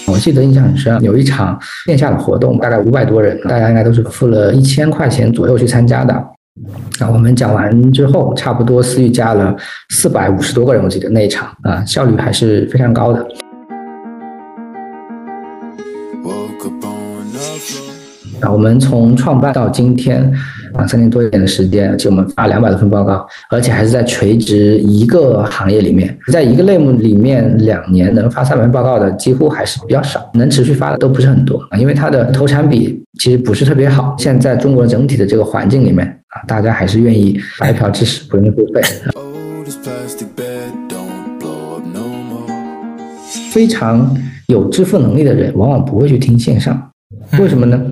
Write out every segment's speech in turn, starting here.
我记得印象很深，有一场线下的活动，大概500多人，大家应该都是付了1000块钱左右去参加的。我们讲完之后，差不多思域加了450多个人，我记得那一场效率还是非常高的。我们从创办到今天3年多一点的时间，我们发200多份报告，而且还是在垂直一个行业里面，在一个类目里面2年能发300份报告的几乎还是比较少，能持续发的都不是很多，因为它的投产比其实不是特别好。现在中国整体的这个环境里面大家还是愿意白嫖知识不用付费。非常有支付能力的人往往不会去听线上，为什么呢？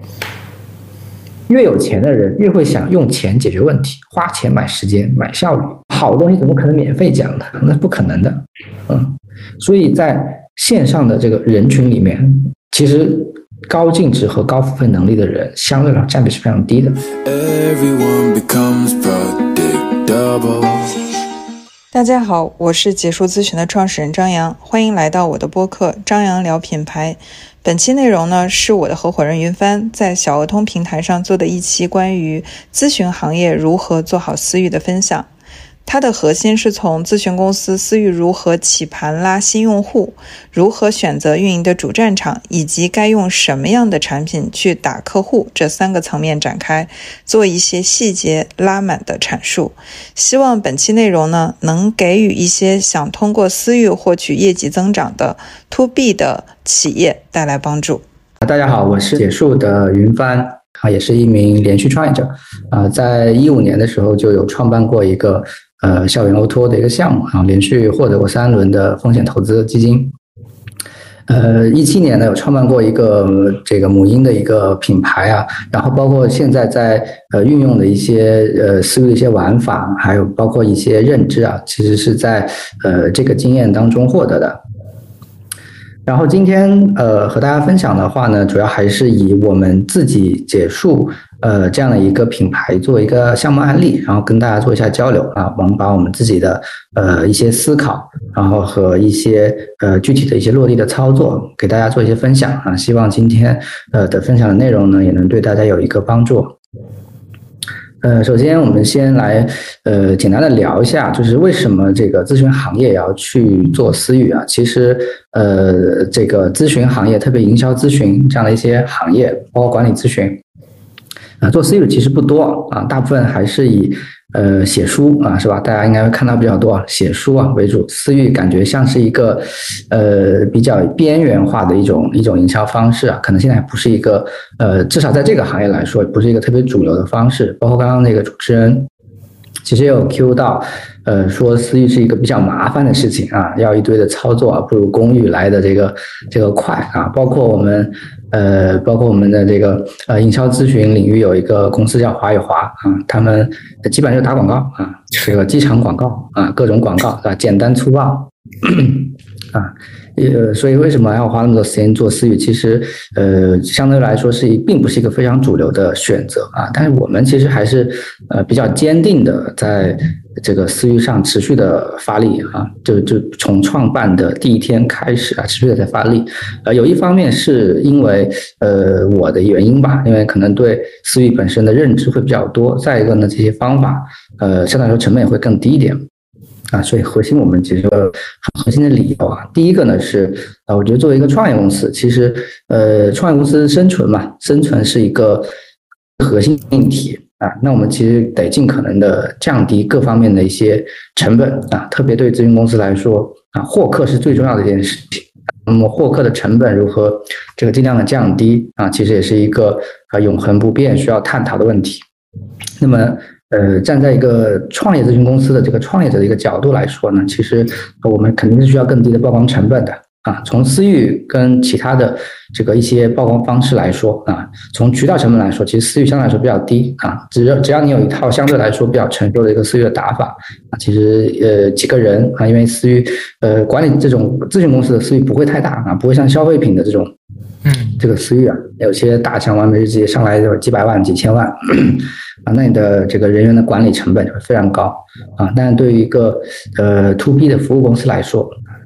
越有钱的人越会想用钱解决问题，花钱买时间买效率，好东西怎么可能免费讲呢？那不可能的。所以在线上的这个人群里面，其实高净值和高付费能力的人相对来说占比是非常低的。 大家好，我是解说咨询的创始人张扬，欢迎来到我的播客张扬聊品牌。本期内容呢，是我的合伙人云帆在小鹅通平台上做的一期关于咨询行业如何做好私域的分享。它的核心是从咨询公司私域如何起盘拉新用户，如何选择运营的主战场，以及该用什么样的产品去打客户这3个层面展开，做一些细节拉满的阐述。希望本期内容呢，能给予一些想通过私域获取业绩增长的 To B 的企业带来帮助。 大家好，我是解数的云帆，也是一名连续创业者。在15年的时候就有创办过一个校园 O2O 的一个项目，连续获得过3轮的风险投资基金。17年呢有创办过一个这个母婴的一个品牌然后包括现在在运用的一些私域的一些玩法，还有包括一些认知其实是在这个经验当中获得的。然后今天和大家分享的话呢，主要还是以我们自己解数这样的一个品牌做一个项目案例，然后跟大家做一下交流我们把我们自己的一些思考，然后和一些具体的一些落地的操作给大家做一些分享希望今天的分享的内容呢也能对大家有一个帮助。首先我们先来简单的聊一下，就是为什么这个咨询行业也要去做私域其实这个咨询行业，特别营销咨询这样的一些行业，包括管理咨询做私域其实不多大部分还是以写书是吧？大家应该会看到比较多写书为主，私域感觉像是一个比较边缘化的一种营销方式可能现在还不是一个至少在这个行业来说不是一个特别主流的方式。包括刚刚那个主持人其实也有 Q 到说私域是一个比较麻烦的事情要一堆的操作不如公域来的这个快包括我们的这个营销咨询领域有一个公司叫华与华他们基本上就打广告这个机场广告各种广告简单粗暴所以为什么要花那么多时间做私域？其实相对来说并不是一个非常主流的选择但是我们其实还是比较坚定的在这个私域上持续的发力就从创办的第一天开始持续的在发力。有一方面是因为我的原因吧，因为可能对私域本身的认知会比较多，再一个呢这些方法相对来说成本也会更低一点所以我们其实很核心的理由第一个呢是我觉得作为一个创业公司，其实创业公司生存是一个核心命题那我们其实得尽可能的降低各方面的一些成本特别对咨询公司来说获客是最重要的一件事情。那么获客的成本如何这个尽量的降低其实也是一个永恒不变需要探讨的问题。那么站在一个创业咨询公司的这个创业者的一个角度来说呢，其实我们肯定是需要更低的曝光成本的从私域跟其他的这个一些曝光方式来说从渠道成本来说，其实私域相对来说比较低只要你有一套相对来说比较成熟的一个私域的打法其实几个人因为私域管理这种咨询公司的私域不会太大不会像消费品的这种这个私域有些大厂完美日记上来就几百万几千万那你的这个人员的管理成本就会非常高但是对于一个To B 的服务公司来说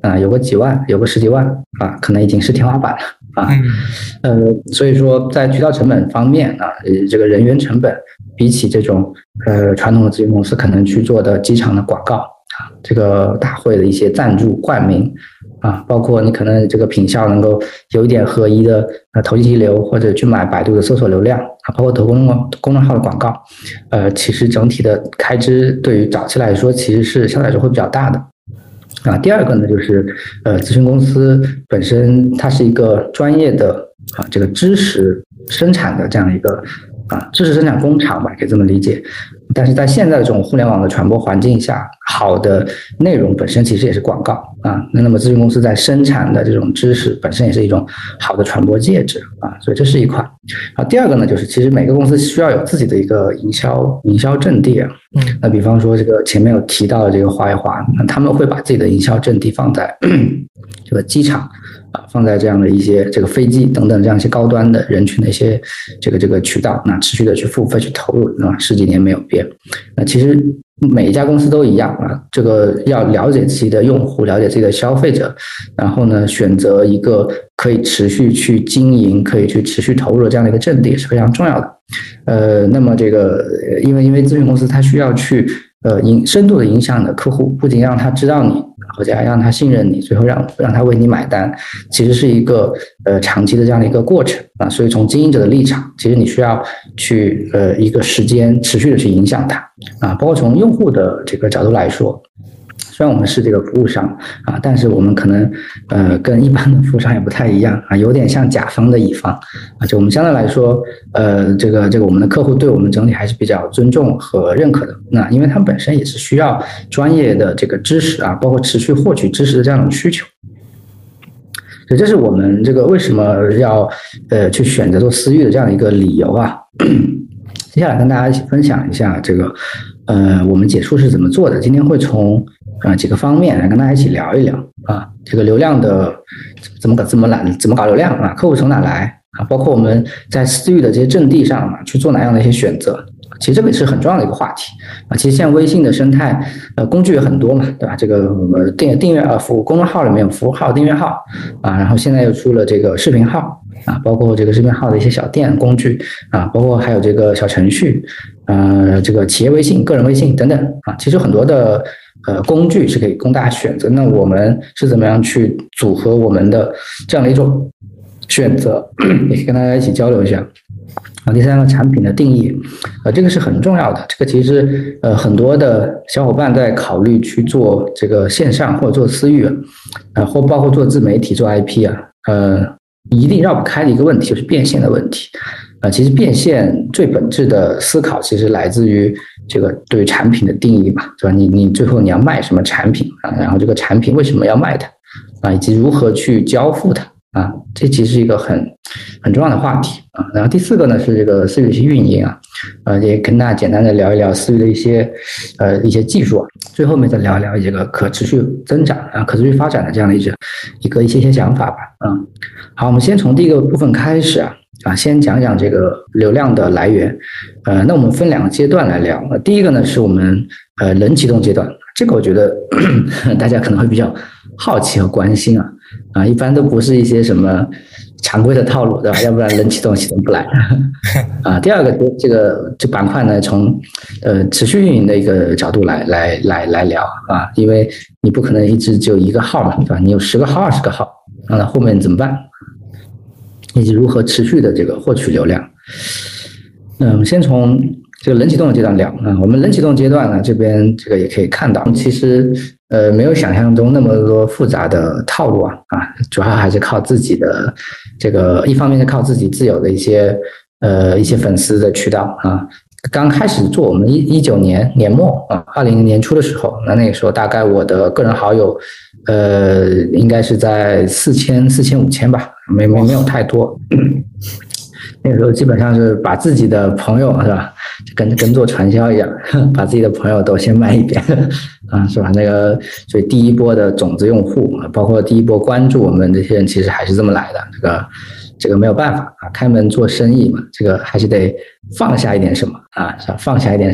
有个几万，有个十几万啊，可能已经是天花板了啊。所以说在渠道成本方面啊，这个人员成本比起这种传统的咨询公司可能去做的机场的广告啊，这个大会的一些赞助冠名啊，包括你可能这个品效能够有一点合一的投机流，或者去买百度的搜索流量啊，包括投公众号的广告，其实整体的开支对于早期来说其实是相对来说会比较大的啊。第二个呢，就是咨询公司本身它是一个专业的啊这个知识生产的这样一个知识生产工厂吧，可以这么理解。但是在现在的这种互联网的传播环境下，好的内容本身其实也是广告啊。那么咨询公司在生产的这种知识本身也是一种好的传播介质啊，所以这是一块。第二个呢，就是其实每个公司需要有自己的一个营销阵地啊。那比方说这个前面有提到的这个华华，他们会把自己的营销阵地放在这个机场啊，放在这样的一些这个飞机等等这样一些高端的人群的一些这个渠道，那持续的去付费去投入啊，十几年没有变。那其实每一家公司都一样啊，这个要了解自己的用户，了解自己的消费者，然后呢选择一个可以持续去经营，可以去持续投入的这样的一个阵地是非常重要的。那么这个因为咨询公司它需要去深度的影响你的客户，不仅让他知道你，或者让他信任你，最后让他为你买单，其实是一个长期的这样的一个过程啊。所以从经营者的立场，其实你需要去一个时间持续的去影响他啊。包括从用户的这个角度来说，虽然我们是这个服务商啊，但是我们可能跟一般的服务商也不太一样啊，有点像甲方的乙方啊。就我们相对来说，这个我们的客户对我们整体还是比较尊重和认可的。那因为他们本身也是需要专业的这个知识啊，包括持续获取知识的这样一种需求。所以这是我们这个为什么要去选择做私域的这样一个理由啊。接下来跟大家一起分享一下这个我们解说是怎么做的。今天会从几个方面来跟大家一起聊一聊啊，这个流量的怎么搞流量啊，客户从哪来啊，包括我们在私域的这些阵地上去做哪样的一些选择。其实这个也是很重要的一个话题啊。其实现在微信的生态工具也很多嘛，对吧？这个订阅服务公众号里面有服务号、订阅号啊，然后现在又出了这个视频号啊，包括这个视频号的一些小店工具啊，包括还有这个小程序这个企业微信、个人微信等等啊，其实很多的工具是可以供大家选择。那我们是怎么样去组合我们的这样的一种选择，也可以跟大家一起交流一下。第三个，产品的定义，这个是很重要的。这个其实很多的小伙伴在考虑去做这个线上或者做私域或包括做自媒体、做 IP 一定绕不开的一个问题就是变现的问题。其实变现最本质的思考其实来自于这个对产品的定义嘛，对吧？你最后你要卖什么产品啊？然后这个产品为什么要卖它以及如何去交付它这其实是一个很重要的话题啊。然后第四个呢是这个私域的一些运营也跟大家简单的聊一聊私域的一些技术最后面再聊一聊这个可持续增长可持续发展的这样的一些想法吧好，我们先从第一个部分开始先讲讲这个流量的来源那我们分两个阶段来聊第一个呢是我们冷启动阶段，这个我觉得大家可能会比较好奇和关心一般都不是一些什么常规的套路，对吧？要不然冷启动不来第二个这板块呢，从持续运营的一个角度来聊因为你不可能一直就一个号嘛，对吧？你有10个号、20个号，那后面怎么办？以及如何持续的这个获取流量？我们先从这个冷启动的阶段聊我们冷启动阶段呢，这边这个也可以看到，其实没有想象中那么多复杂的套路主要还是靠自己的这个，一方面是靠自己自有的一些粉丝的渠道刚开始做我们19年年末20年初的时候，那个时候大概我的个人好友应该是在4000、5000吧，没有太多。那个时候基本上是把自己的朋友是吧，跟做传销一样，把自己的朋友都先卖一遍是吧？那个所以第一波的种子用户，包括第一波关注我们这些人，其实还是这么来的。这个没有办法开门做生意嘛，这个还是得放下一点什么是吧？放下一点什么。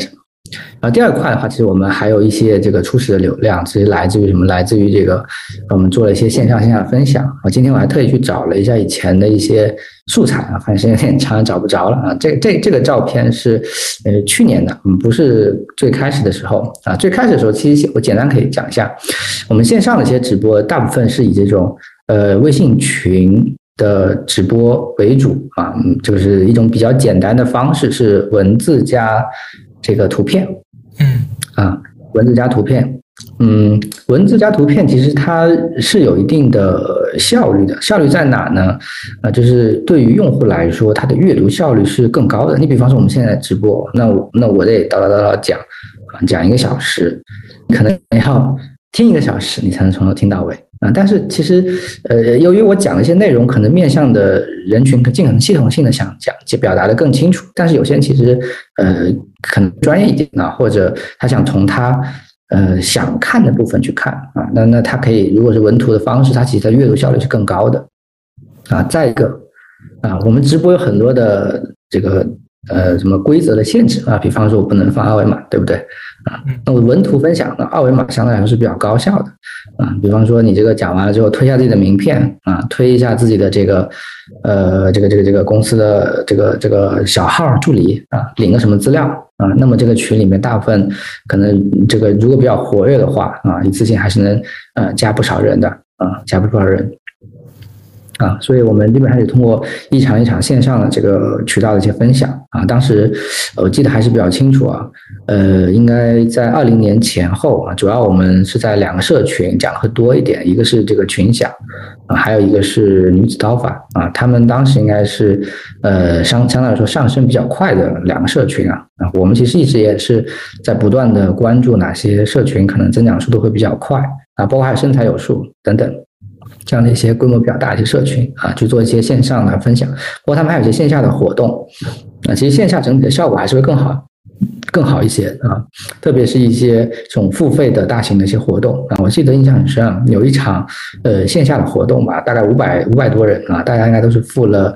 第二块的话，其实我们还有一些这个初始的流量，其实来自于什么？来自于这个我们做了一些线上线下的分享。今天我还特意去找了一下以前的一些素材啊，发现有点长找不着了啊。这个照片是去年的，不是最开始的时候啊。最开始的时候，其实我简单可以讲一下，我们线上的一些直播，大部分是以这种微信群的直播为主啊，就是一种比较简单的方式，是文字加这个图片。文字加图片，文字加图片其实它是有一定的效率的。效率在哪呢？就是对于用户来说，它的阅读效率是更高的。你比方说我们现在直播，那我得叨叨叨叨讲1个小时，可能要听1个小时，你才能从头听到尾啊。但是其实由于我讲的一些内容，可能面向的人群尽可能系统性的想讲，表达的更清楚。但是有些人其实可能专业一点啊，或者他想从他想看的部分去看啊，那他可以如果是文图的方式，他其实的阅读效率是更高的啊。再一个啊，我们直播有很多的这个什么规则的限制啊，比方说我不能放二维码，对不对啊？那我文图分享呢，二维码相对来说是比较高效的啊。比方说你这个讲完了之后，推一下自己的名片啊，推一下自己的这个公司的这个小号助理啊，领个什么资料啊，那么这个群里面大部分可能这个如果比较活跃的话啊，一次性还是能加不少人的啊，加不少人。所以我们基本上是通过一场一场线上的这个渠道的一些分享啊。当时我记得还是比较清楚啊，应该在20年前后啊，主要我们是在2个社群讲的会多一点，一个是这个群享啊，还有一个是女子刀法啊。他们当时应该是相对来说上升比较快的2个社群啊。我们其实一直也是在不断的关注哪些社群可能增长速度会比较快啊，包括还有身材有数等等。这样的一些规模比较大的一些社群啊，去做一些线上的分享，包括他们还有一些线下的活动啊，其实线下整体的效果还是会更好一些啊，特别是一些这种付费的大型的一些活动啊，我记得印象很深啊，有一场线下的活动吧，大概500多人啊，大家应该都是付了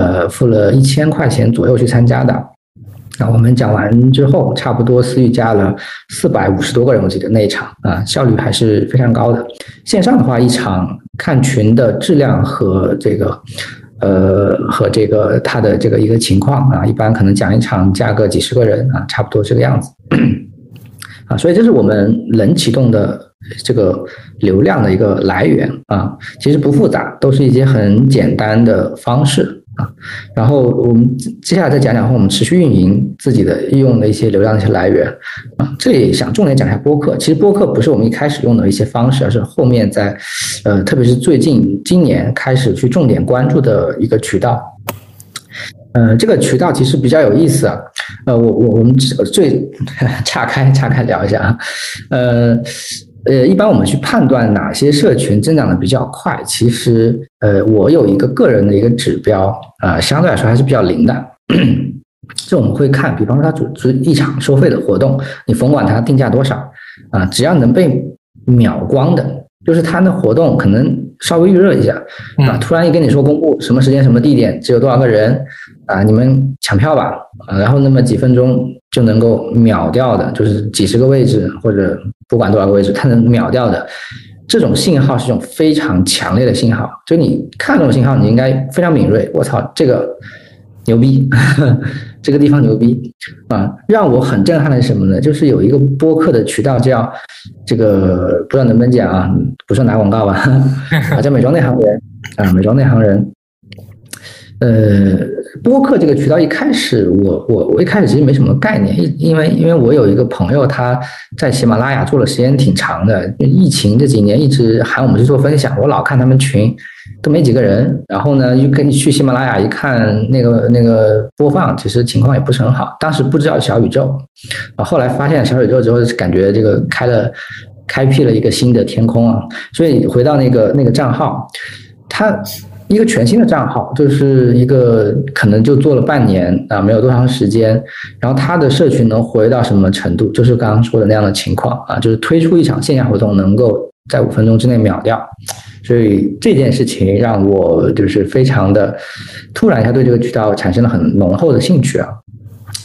1000块钱左右去参加的。我们讲完之后，差不多私域加了450多个人，我记得那一场啊，效率还是非常高的。线上的话，一场看群的质量和这个它的这个一个情况啊，一般可能讲一场加个几十个人啊，差不多这个样子啊，所以这是我们能启动的这个流量的一个来源啊，其实不复杂，都是一些很简单的方式。然后我们接下来再讲讲我们持续运营自己的用的一些流量的一些来源啊。这里想重点讲一下播客，其实播客不是我们一开始用的一些方式，而是后面在特别是今年开始去重点关注的一个渠道。这个渠道其实比较有意思啊。我们最岔开聊一下啊。一般我们去判断哪些社群增长的比较快，其实我有一个个人的一个指标相对来说还是比较灵的。这我们会看，比方说它组织一场收费的活动，你甭管它定价多少啊，只要能被秒光的，就是它的活动可能稍微预热一下啊，突然一跟你说公布什么时间什么地点，只有多少个人啊，你们抢票吧啊，然后那么几分钟就能够秒掉的，就是几十个位置或者不管多少个位置，它能秒掉的。这种信号是一种非常强烈的信号，就你看这种信号，你应该非常敏锐。我操，这个牛逼，这个地方牛逼啊！让我很震撼的是什么呢？就是有一个播客的渠道叫这个，不知道能不能讲啊，不算打广告吧，叫美妆内行人啊，美妆内行人。播客这个渠道一开始我一开始其实没什么概念，因为我有一个朋友他在喜马拉雅做的时间挺长的，疫情这几年一直喊我们去做分享，我老看他们群都没几个人，然后呢又跟你去喜马拉雅一看那个播放，其实情况也不是很好，当时不知道小宇宙，后来发现小宇宙之后感觉这个开辟了一个新的天空啊，所以回到那个账号，它一个全新的账号，就是一个可能就做了半年啊，没有多长时间，然后他的社群能活跃到什么程度，就是刚刚说的那样的情况啊，就是推出一场线下活动能够在5分钟之内秒掉，所以这件事情让我就是非常的突然一下对这个渠道产生了很浓厚的兴趣啊。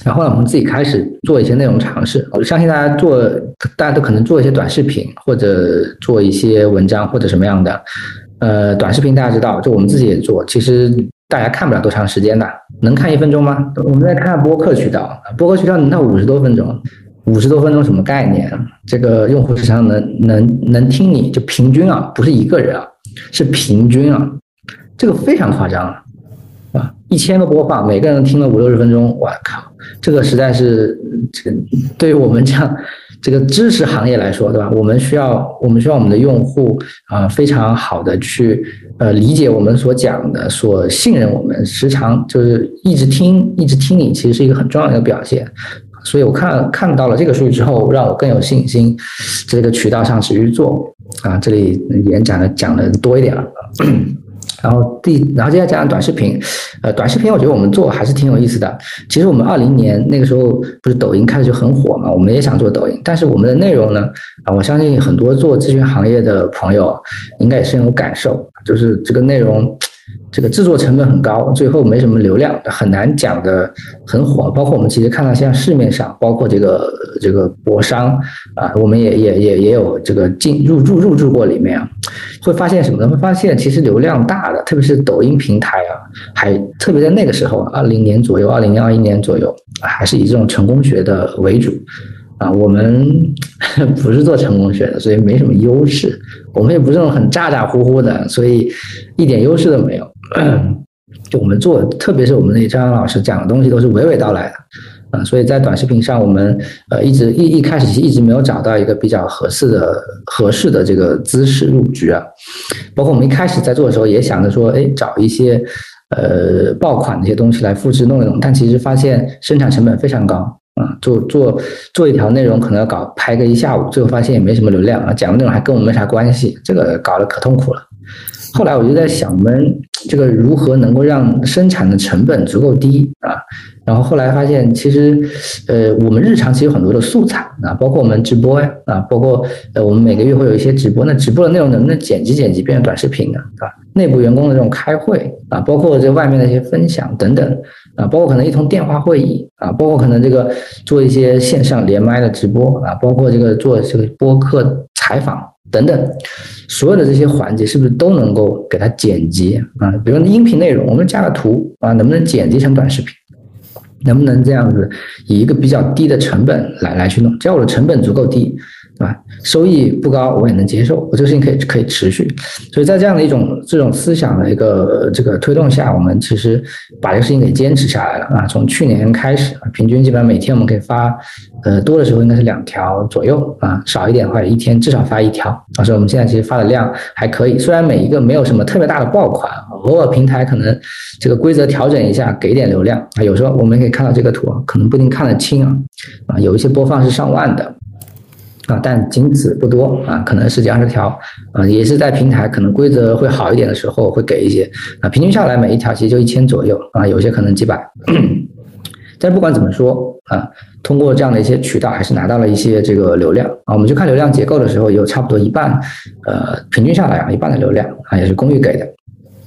然后呢，我们自己开始做一些内容尝试。我相信大家都可能做一些短视频，或者做一些文章或者什么样的。短视频大家知道，就我们自己也做，其实大家看不了多长时间的，能看1分钟吗？我们再看播客渠道，播客渠道能到50多分钟，50多分钟什么概念？这个用户时长能听你就平均啊，不是一个人啊，是平均啊，这个非常夸张啊！1000个播放，每个人听了50-60分钟，我靠，这个实在是对于我们这个知识行业来说，对吧？我们需要我们的用户非常好的去理解我们所讲的，所信任我们，时常就是一直听你，其实是一个很重要的一个表现。所以我看到了这个数据之后，让我更有信心，这个渠道上持续做啊。这里演讲的多一点了。然后接下来讲短视频，短视频我觉得我们做还是挺有意思的。其实我们2020年那个时候不是抖音开始就很火嘛，我们也想做抖音，但是我们的内容呢，我相信很多做咨询行业的朋友应该也深有感受，就是这个内容这个制作成本很高，最后没什么流量，很难讲的很火。包括我们其实看到现在市面上，包括这个博商啊，我们也有这个入驻过里面啊，会发现什么呢？会发现其实流量大的，特别是抖音平台啊，还特别在那个时候，20年左右，2021年左右，还是以这种成功学的为主。我们不是做成功学的，所以没什么优势。我们也不是那种很咋呼呼的，所以一点优势都没有。就我们做，特别是我们那张老师讲的东西都是娓娓道来的，所以在短视频上，我们一开始一直没有找到一个比较合适的这个姿势入局啊。包括我们一开始在做的时候，也想着说，找一些爆款的一些东西来复制弄一弄，但其实发现生产成本非常高。做一条内容可能要拍个1下午，最后发现也没什么流量啊，讲的内容还跟我们没啥关系，这个搞得可痛苦了。后来我就在想，我们这个如何能够让生产的成本足够低啊？然后后来发现，其实我们日常其实有很多的素材啊，包括我们直播呀啊，包括我们每个月会有一些直播，那直播的内容能不能剪辑变成短视频呢？啊，内部员工的这种开会啊，包括这外面的一些分享等等啊，包括可能一通电话会议啊，包括可能这个做一些线上连麦的直播啊，包括这个做这个播客采访等等，所有的这些环节是不是都能够给它剪辑啊？比如音频内容，我们加个图啊，能不能剪辑成短视频？能不能这样子以一个比较低的成本来去弄？只要我的成本足够低，对吧？收益不高我也能接受，我这个事情可以持续。所以在这样的这种思想的一个这个推动下，我们其实把这个事情给坚持下来了啊。从去年开始，平均基本上每天我们可以发，多的时候应该是2条左右啊，少一点的话一天至少发1条啊。所以我们现在其实发的量还可以，虽然每一个没有什么特别大的爆款，偶尔平台可能这个规则调整一下，给点流量啊。有时候我们可以看到这个图，可能不一定看得清啊，有一些播放是上万的啊，但仅此不多啊，可能10几20条啊，也是在平台可能规则会好一点的时候会给一些啊，平均下来每一条其实就1000左右啊，有些可能几百。但不管怎么说啊，通过这样的一些渠道还是拿到了一些这个流量啊。我们去看流量结构的时候，有差不多一半，平均下来1半的流量啊，也是公寓给的。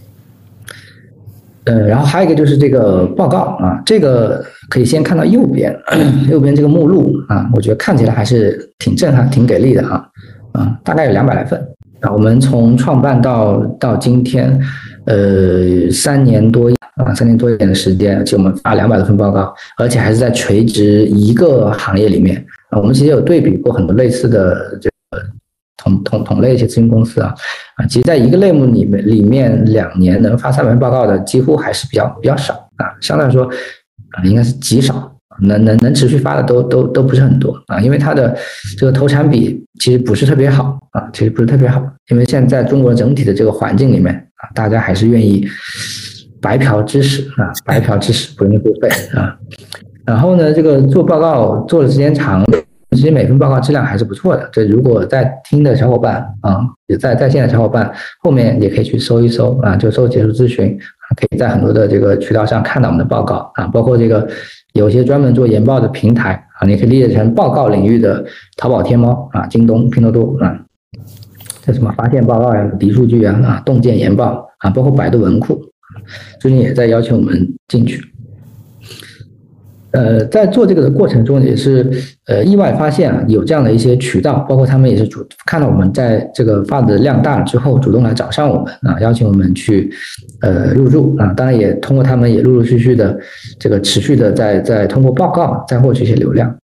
然后还有一个就是这个报告啊，这个可以先看到右边这个目录啊，我觉得看起来还是挺震撼、挺给力的大概有200来份啊。我们从创办到今天，3年多一点的时间，而且我们发200多份报告，而且还是在垂直一个行业里面啊。我们其实有对比过很多类似的这个同类一些咨询公司其实在一个类目里面2年能发300份报告的几乎还是比较少啊，相对来说应该是极少，能持续发的都不是很多啊，因为它的这个投产比其实不是特别好啊，因为现在中国整体的这个环境里面啊，大家还是愿意白嫖知识不愿意付费啊。然后呢，这个做报告做的时间长，其实每份报告质量还是不错的。这如果在听的小伙伴也在线的小伙伴，后面也可以去搜一搜就搜结束咨询，可以在很多的这个渠道上看到我们的报告包括这个有些专门做研报的平台你可以理解成报告领域的淘宝、天猫京东、拼多多这什么发现报告敌数据洞见研报包括百度文库，最近也在邀请我们进去。 在做这个的过程中，也是意外发现啊，有这样的一些渠道，包括他们也是看到我们在这个发的量大了之后，主动来找上我们啊，邀请我们去入驻啊。当然也通过他们也陆陆续续的这个持续的在通过报告再获取一些流量。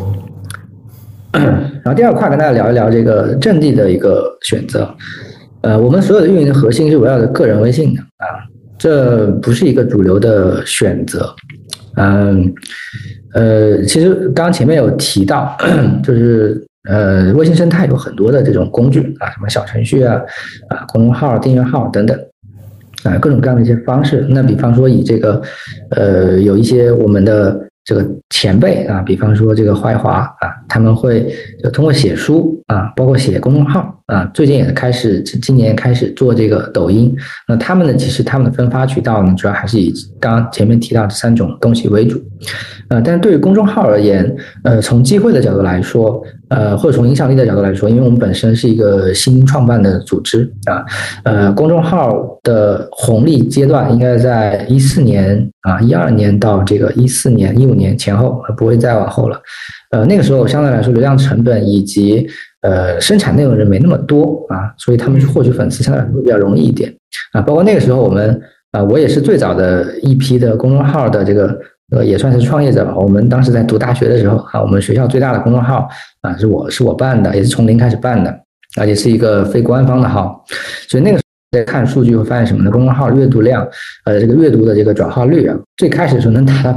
然后第二块跟大家聊一聊这个阵地的一个选择。我们所有的运营的核心是围绕着个人微信的啊，这不是一个主流的选择。其实刚刚前面有提到，就是微信生态有很多的这种工具啊，什么小程序啊、公众号、订阅号等等各种各样的一些方式。那比方说以这个有一些我们的这个前辈啊，比方说这个怀华啊，他们会通过写书啊，包括写公众号啊，最近也今年开始做这个抖音。那他们呢，其实他们的分发渠道呢，主要还是以刚刚前面提到的3种东西为主。但是对于公众号而言，从机会的角度来说，或者从影响力的角度来说，因为我们本身是一个新创办的组织啊，公众号的红利阶段应该在14年啊，12年到这个14年、15年前后，不会再往后了。那个时候相对来说流量成本以及生产内容人没那么多啊，所以他们去获取粉丝相对来说比较容易一点啊。包括那个时候我也是最早的一批的公众号的这个也算是创业者吧。我们当时在读大学的时候啊，我们学校最大的公众号啊是我办的，也是从零开始办的，而且是一个非官方的号。所以那个时候在看数据会发现什么呢？公众号阅读量这个阅读的这个转化率啊，最开始的时候能达到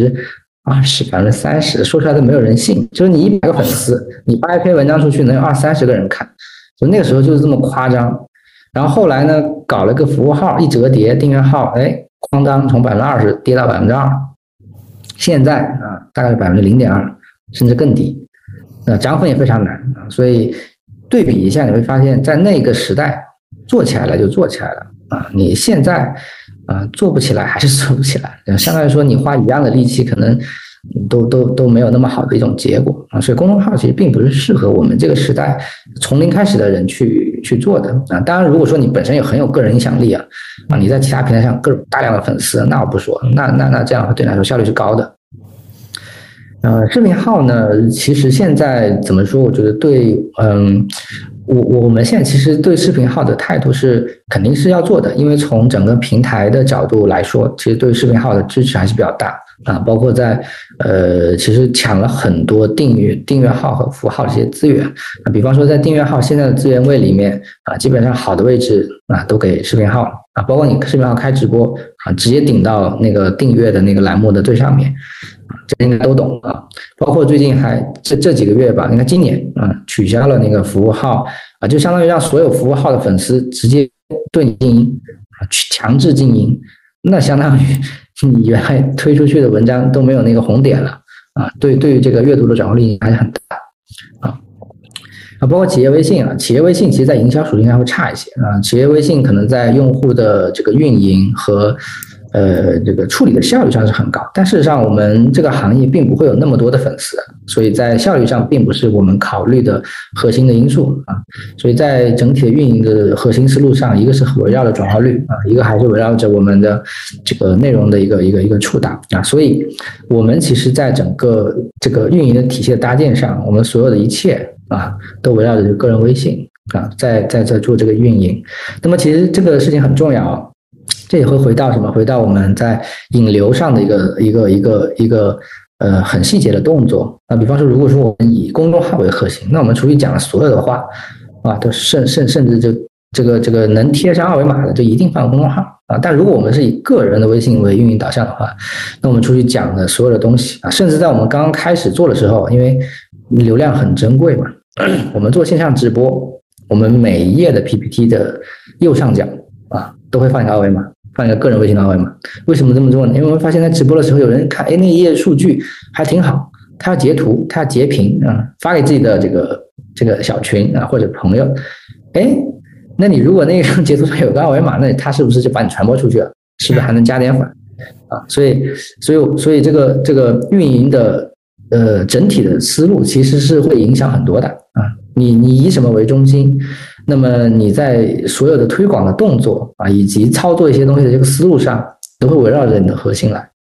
20%、30%，说出来都没有人信。就是你100个粉丝，你发一篇文章出去能有20-30个人看，所以那个时候就是这么夸张。然后后来呢，搞了个服务号，一折叠订阅号，哐当从20%跌到2%，现在啊大概是0.2%，甚至更低。涨粉也非常难啊，所以对比一下，你会发现在那个时代做起来了就做起来了啊，你现在做不起来还是做不起来，相对来说你花一样的力气可能都没有那么好的一种结果啊，所以公众号其实并不是适合我们这个时代从零开始的人去做的啊。当然如果说你本身很有个人影响力啊，你在其他平台上各种大量的粉丝，那我不说，那这样对你来说效率是高的。视频号呢，其实现在怎么说，我觉得对我们现在其实对视频号的态度是肯定是要做的，因为从整个平台的角度来说，其实对视频号的支持还是比较大啊，包括在其实抢了很多订阅号和服务号的这些资源啊，比方说在订阅号现在的资源位里面啊，基本上好的位置啊都给视频号啊，包括你视频号开直播啊，直接顶到那个订阅的那个栏目的最上面。这应该都懂啊，包括最近还这几个月吧，应该今年取消了那个服务号啊，就相当于让所有服务号的粉丝直接对你静音强制静音，那相当于你原来推出去的文章都没有那个红点了啊，对于这个阅读的转化率还是很大啊。包括企业微信啊，企业微信其实在营销属性上会差一些啊，企业微信可能在用户的这个运营和这个处理的效率上是很高，但事实上我们这个行业并不会有那么多的粉丝，所以在效率上并不是我们考虑的核心的因素啊。所以在整体的运营的核心思路上，一个是围绕着转化率啊，一个还是围绕着我们的这个内容的一个触达啊。所以我们其实在整个这个运营的体系的搭建上，我们所有的一切啊都围绕着个人微信啊，在做这个运营。那么其实这个事情很重要。这也会回到什么？回到我们在引流上的一个很细节的动作啊。比方说，如果说我们以公众号为核心，那我们出去讲的所有的话啊，都甚至就这个能贴上二维码的，就一定放公众号啊。但如果我们是以个人的微信为运营导向的话，那我们出去讲的所有的东西啊，甚至在我们刚刚开始做的时候，因为流量很珍贵嘛，我们做线上直播，我们每一页的 PPT 的右上角啊都会放一个二维码。放一个个人微信的二维码，为什么这么做呢？因为我们发现在直播的时候，有人看，那一页数据还挺好，他要截图，他要截屏啊，发给自己的这个小群啊或者朋友，那你如果那张截图上有个二维码，那他是不是就把你传播出去了？是不是还能加点粉啊？所以这个运营的整体的思路其实是会影响很多的啊。你以什么为中心？那么你在所有的推广的动作啊，以及操作一些东西的这个思路上，都会围绕着你的核心来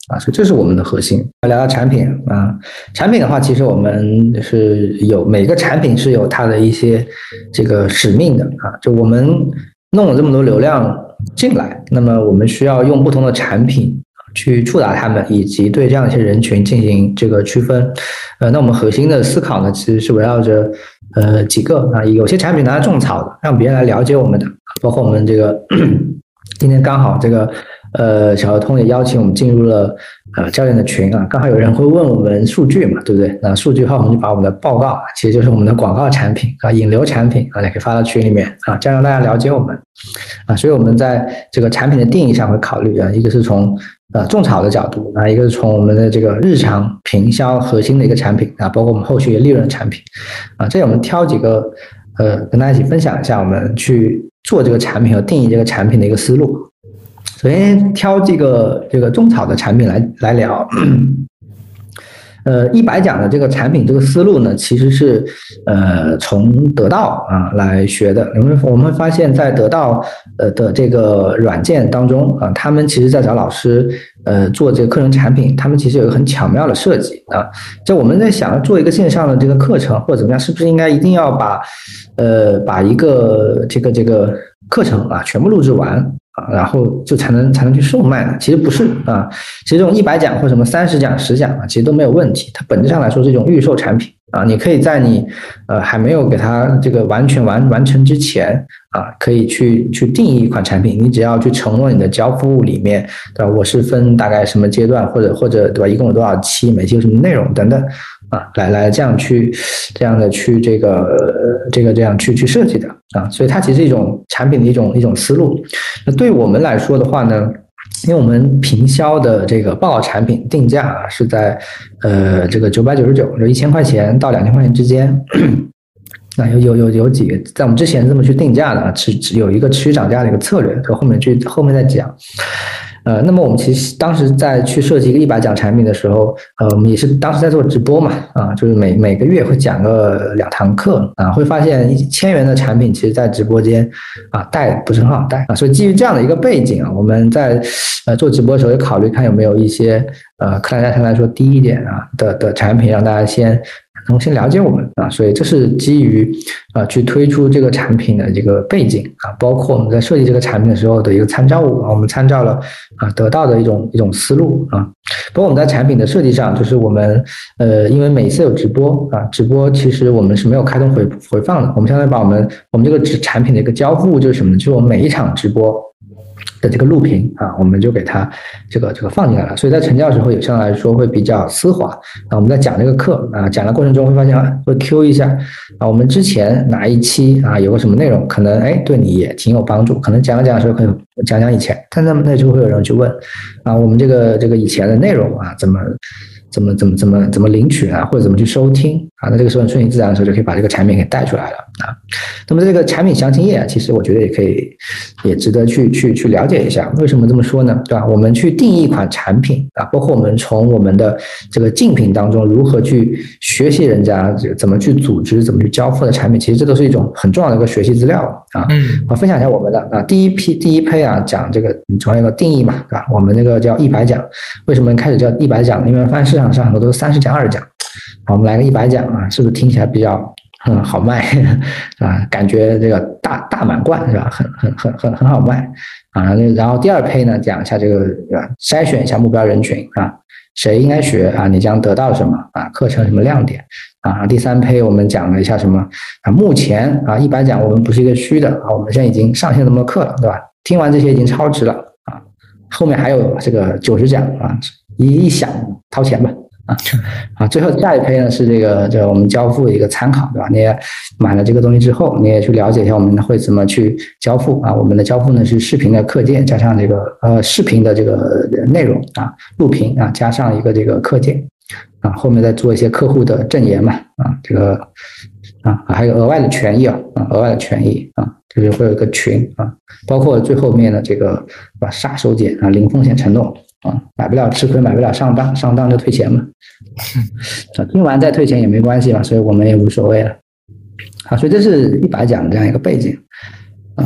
所以这是我们的核心。聊到产品产品的话，其实我们是有每个产品是有它的一些这个使命的就我们弄了这么多流量进来，那么我们需要用不同的产品去触达他们，以及对这样一些人群进行这个区分。那我们核心的思考呢，其实是围绕着几个有些产品拿来种草的，让别人来了解我们的，包括我们这个今天刚好这个小鹅通也邀请我们进入了教练的群刚好有人会问我们数据嘛，对不对？那数据的话，我们就把我们的报告其实就是我们的广告产品引流产品也可以发到群里面这样让大家了解我们所以我们在这个产品的定义上会考虑一个是从种草的角度一个是从我们的这个日常平销核心的一个产品包括我们后续利润产品这里我们挑几个跟大家一起分享一下我们去做这个产品和定义这个产品的一个思路。首先挑这个种草的产品来聊100讲的这个产品这个思路呢，其实是从得到来学的。我们会发现在得到的这个软件当中他们其实在找老师做这个课程产品，他们其实有一个很巧妙的设计就我们在想做一个线上的这个课程或者怎么样，是不是应该一定要把一个这个课程全部录制完然后就才能去售卖呢？其实不是其实这种100讲或什么30讲10讲其实都没有问题，它本质上来说是一种预售产品你可以在你还没有给它这个完全完成之前可以去定义一款产品，你只要去承诺你的交付物里面对吧，我是分大概什么阶段或者对吧，一共有多少期，每期有什么内容等等来这样去这样去设计的所以它其实是一种产品的一种思路。那对我们来说的话呢，因为我们平销的这个报告产品定价是在这个999，就1000块钱到2000块钱之间那有几个在我们之前这么去定价的只有一个持续涨价的一个策略，后面再讲那么我们其实当时在去设计一个100讲产品的时候我们也是当时在做直播嘛就是每个月会讲个2堂课会发现1000元的产品其实在直播间带不是很好带所以基于这样的一个背景我们在做直播的时候也考虑看有没有一些客单价相对来说低一点的产品，让大家先了解我们所以这是基于去推出这个产品的这个背景包括我们在设计这个产品的时候的一个参照物我们参照了得到的一种思路包括我们在产品的设计上，就是我们因为每次有直播直播其实我们是没有开通回放的，我们相当于把我们这个产品的一个交付就是什么呢？就是我们每一场直播的这个录屏我们就给它这个放进来了，所以在成交的时候有相对来说会比较丝滑我们在讲这个课讲的过程中会发现会 Q 一下我们之前哪一期有个什么内容可能对你也挺有帮助，可能讲的时候可以讲以前，但那就会有人去问我们这个以前的内容怎么领取或者怎么去收听那这个时候顺其自然的时候就可以把这个产品给带出来了那么这个产品详情页其实我觉得也值得去了解一下。为什么这么说呢？对吧？我们去定义一款产品包括我们从我们的这个竞品当中如何去学习人家怎么去组织怎么去交付的产品，其实这都是一种很重要的一个学习资料我分享一下我们的第一批讲这个总要有个定义嘛，对吧？我们这个叫100讲，为什么开始叫100讲？因为发现市场上很多都是30讲20讲我们来个100讲是不是听起来比较好卖感觉这个大满贯是吧？很好卖然后第二批呢讲一下这个筛选一下目标人群谁应该学你将得到什么课程什么亮点第三批我们讲了一下什么目前100讲我们不是一个虚的我们现在已经上线这么多课了，对吧？听完这些已经超值了后面还有这个90讲一想掏钱吧最后下一批呢是这个我们交付的一个参考，对吧？你也买了这个东西之后，你也去了解一下我们会怎么去交付我们的交付呢是视频的课件加上这个视频的这个内容录屏加上一个这个课件后面再做一些客户的证言嘛这个还有额外的权益额外的权益就是会有一个群包括最后面的这个杀手锏零风险承诺买不了吃亏，买不了上当就退钱嘛听完再退钱也没关系嘛，所以我们也无所谓了所以这是100讲的这样一个背景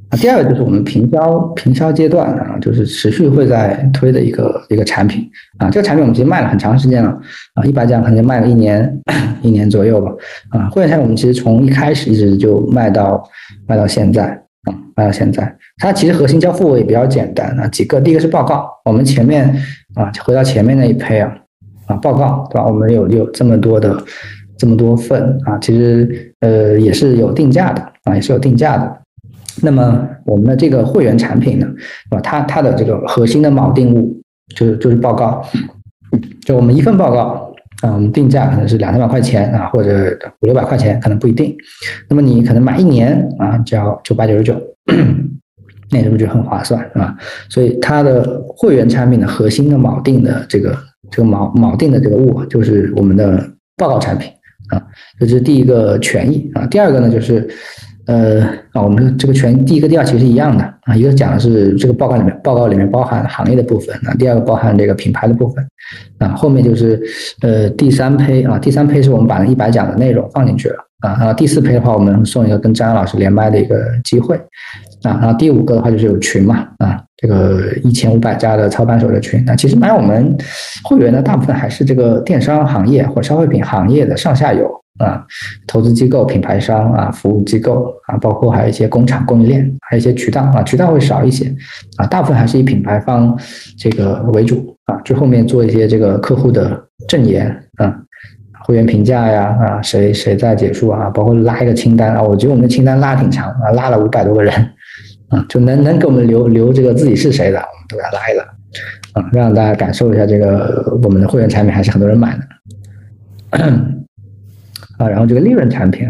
第二个就是我们平销阶段啊，就是持续会在推的一个产品啊。这个产品我们其实卖了很长时间了啊，100讲可能卖了一年左右吧啊。会员产品我们其实从一开始一直就卖到现在啊，卖到现在。它其实核心交付也比较简单啊，几个，第一个是报告，我们前面啊回到前面那一胚啊报告对吧？我们有这么多份啊，其实也是有定价的啊，也是有定价的。那么我们的这个会员产品呢，它的这个核心的锚定物就是报告，就我们一份报告啊，我们定价可能是200-300块钱啊，或者500-600块钱，可能不一定。那么你可能买1年啊，只要98.99，那是不是就很划算啊？所以它的会员产品的核心的锚定的这个锚定的这个物就是我们的报告产品啊，这是第一个权益啊。第二个呢就是我们这个第一个第二其实是一样的啊，一个讲的是这个报告里面包含行业的部分啊，第二个包含这个品牌的部分啊，后面就是第三胚啊，第三胚是我们把那100讲的内容放进去了啊，第4胚的话我们送一个跟张老师连麦的一个机会啊，然后第5个的话就是有群嘛啊，这个1500家的操盘手的群。那其实买我们会员的大部分还是这个电商行业或消费品行业的上下游啊，投资机构、品牌商啊、服务机构啊，包括还有一些工厂、供应链，还有一些渠道啊，渠道会少一些啊，大部分还是以品牌方这个为主啊，最后面做一些这个客户的证言啊。会员评价呀啊，谁在结束啊，包括拉一个清单啊，我觉得我们的清单拉挺长啊，拉了500多个人啊，就能给我们留这个自己是谁的，我们都要拉一拉啊，让大家感受一下这个我们的会员产品还是很多人买的啊。然后这个利润产品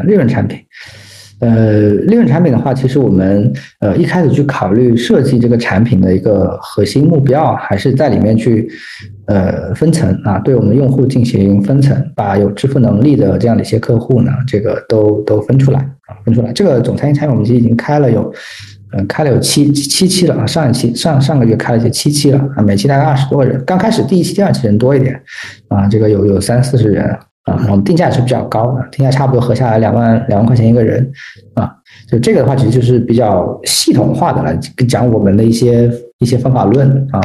的话，其实我们一开始去考虑设计这个产品的一个核心目标，还是在里面去分层啊，对我们用户进行分层，把有支付能力的这样的一些客户呢，这个都分出来啊，分出来。这个总餐饮产品我们其实已经开了有7期了啊，上个月开了7期了啊，每期大概20多个人，刚开始第1期、第2期人多一点啊，这个有30-40人啊，我们定价也是比较高的，定价差不多合下来2万块钱一个人啊，就这个的话其实就是比较系统化的来讲我们的一些方法论啊，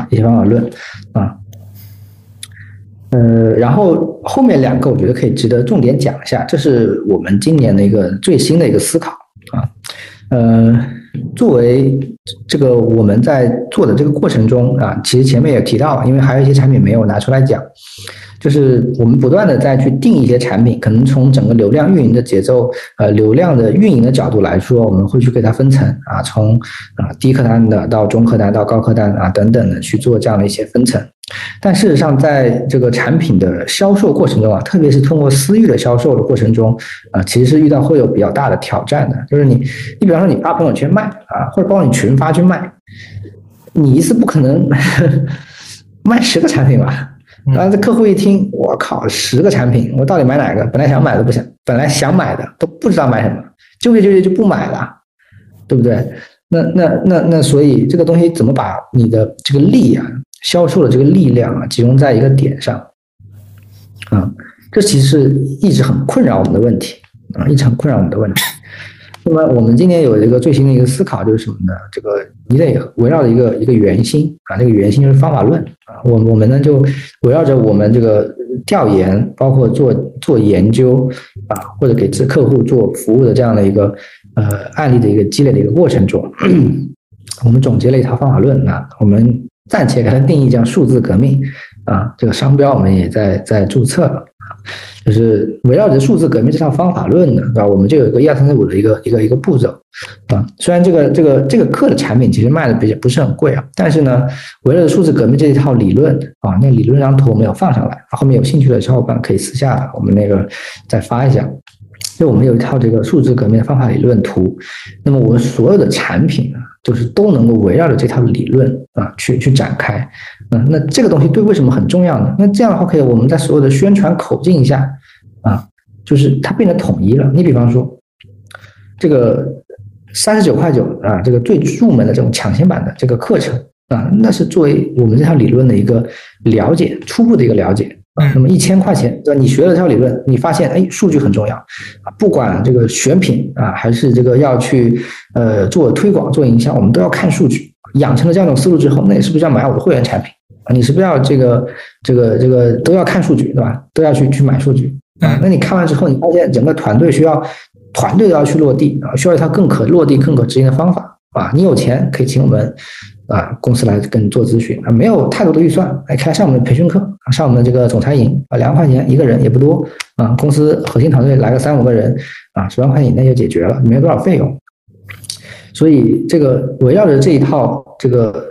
然后后面2个我觉得可以值得重点讲一下，这是我们今年的一个最新的一个思考啊，作为这个我们在做的这个过程中啊，其实前面也提到了，因为还有一些产品没有拿出来讲，就是我们不断的再去定一些产品，可能从整个流量运营的节奏，流量的运营的角度来说，我们会去给它分层啊，从低客单的到中客单到高客单啊等等的去做这样的一些分层。但事实上，在这个产品的销售过程中啊，特别是通过私域的销售的过程中啊，其实是会有比较大的挑战的。就是你比方说你发朋友圈卖啊，或者包括你群发去卖，你一次不可能卖10个产品吧？然后这客户一听，我靠，10个产品，我到底买哪个？本来想买的都不知道买什么，纠结就不买了，对不对？那所以这个东西怎么把你的这个力啊，销售的这个力量啊，集中在一个点上啊，这其实是一直很困扰我们的问题啊，那么我们今年有一个最新的一个思考就是什么呢？这个你得围绕着一个圆心啊，这个圆心就是方法论啊。我们呢就围绕着我们这个调研，包括做研究啊，或者给客户做服务的这样的一个案例的一个积累的一个过程中，我们总结了一套方法论啊。我们暂且给它定义叫数字革命啊，这个商标我们也在注册了。就是围绕着数字革命这套方法论呢，对吧？我们就有一个1、2、3、4、5的一个步骤啊。虽然这个课的产品其实卖的不是很贵啊，但是呢，围绕着数字革命这一套理论啊，那理论上图我们有放上来，后面有兴趣的小伙伴可以私下我们那个再发一下。就我们有一套这个数字革命的方法理论图，那么我们所有的产品呢，就是都能够围绕着这套理论啊去展开。那这个东西为什么很重要呢？那这样的话，可以我们在所有的宣传口径下啊，就是它变得统一了。你比方说，这个39.9啊，这个最入门的这种抢先版的这个课程啊，那是作为我们这套理论的一个了解，初步的一个了解那么1000块钱，对吧？你学了这套理论，你发现数据很重要不管这个选品还是这个要去做推广做营销，我们都要看数据。养成了这样一种思路之后，那你是不是要买我的会员产品你是不是要这个都要看数据，对吧？都要去买数据那你看完之后，你发现整个团队都要去落地需要一套更可落地更可执行的方法你有钱可以请我们公司来跟你做咨询没有太多的预算可以上我们的培训课上我们的这个总裁营2万块钱一个人也不多公司核心团队来个3-5个人10万块钱以内就解决了，没有多少费用。所以这个围绕着这一套这个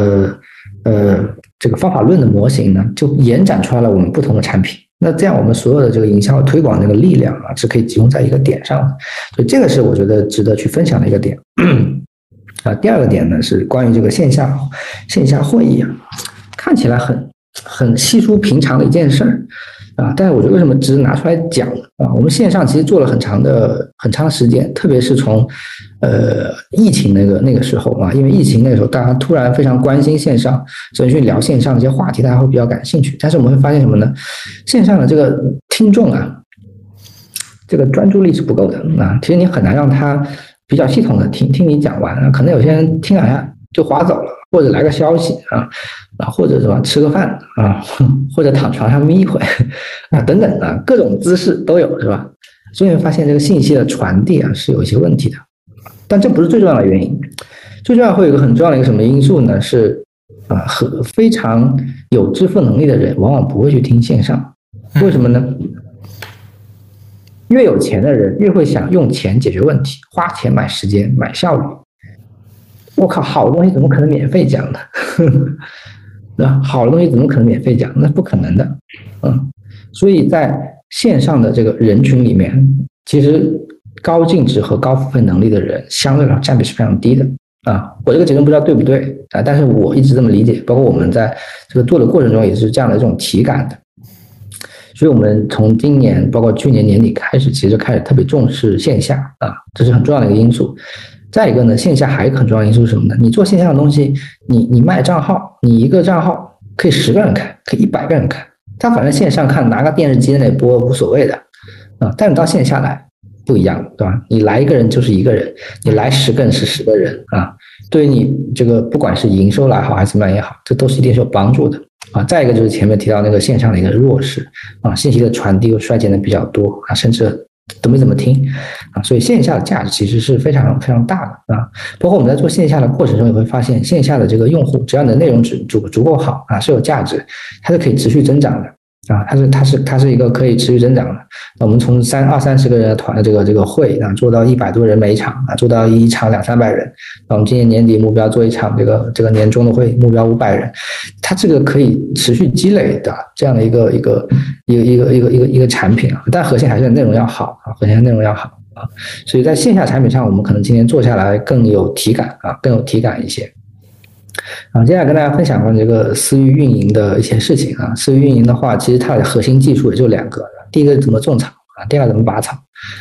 方法论的模型呢，就延展出来了我们不同的产品。那这样我们所有的这个营销推广的这个力量是可以集中在一个点上的，所以这个是我觉得值得去分享的一个点。第二个点呢是关于这个线下会议看起来很稀疏平常的一件事但是我觉得为什么值得拿出来讲我们线上其实做了很长时间，特别是从疫情那个时候因为疫情那个时候大家突然非常关心线上，所以去聊线上的一些话题，大家会比较感兴趣。但是我们会发现什么呢？线上的这个听众这个专注力是不够的其实你很难让他比较系统的听你讲完可能有些人听2下就划走了，或者来个消息或者什么吃个饭或者躺床上眯一会等等各种姿势都有是吧？所以发现这个信息的传递是有一些问题的，但这不是最重要的原因。最重要会有一个很重要的一个什么因素呢？是非常有支付能力的人往往不会去听线上，为什么呢？越有钱的人越会想用钱解决问题，花钱买时间买效率。我靠，好的东西怎么可能免费讲呢？好的东西怎么可能免费讲？那不可能的。所以在线上的这个人群里面，其实高净值和高付费能力的人相对来说占比是非常低的我这个结论不知道对不对但是我一直这么理解，包括我们在这个做的过程中也是这样的一种体感的。所以我们从今年包括去年年底开始，其实就开始特别重视线下这是很重要的一个因素。再一个呢，线下还有一个很重要的因素是什么呢？你做线下的东西，你卖账号，你一个账号可以10个人看，可以100个人看，他反正线上看拿个电视机在那播无所谓的但你到线下来不一样，对吧？你来1个人就是1个人，你来10个人是10个人对于你这个不管是营收来好还是怎么样也好，这都是一定是有帮助的再一个就是前面提到那个线上的一个弱势信息的传递又衰减的比较多甚至都没怎么听所以线下的价值其实是非常非常大的包括我们在做线下的过程中也会发现，线下的这个用户只要你的内容足够好是有价值，它是可以持续增长的它是一个可以持续增长的。我们从20-30个人的团的这个会做到100多人每一场做到一场200-300人。我们今年年底目标做一场这个年终的会，目标500人。它这个可以持续积累的这样的一个产品但核心还是内容要好核心内容要好所以在线下产品上，我们可能今年做下来更有体感更有体感一些。接下来跟大家分享关于这个私域运营的一些事情私域运营的话，其实它的核心技术也就2个，第一个是怎么种草第二个怎么拔草。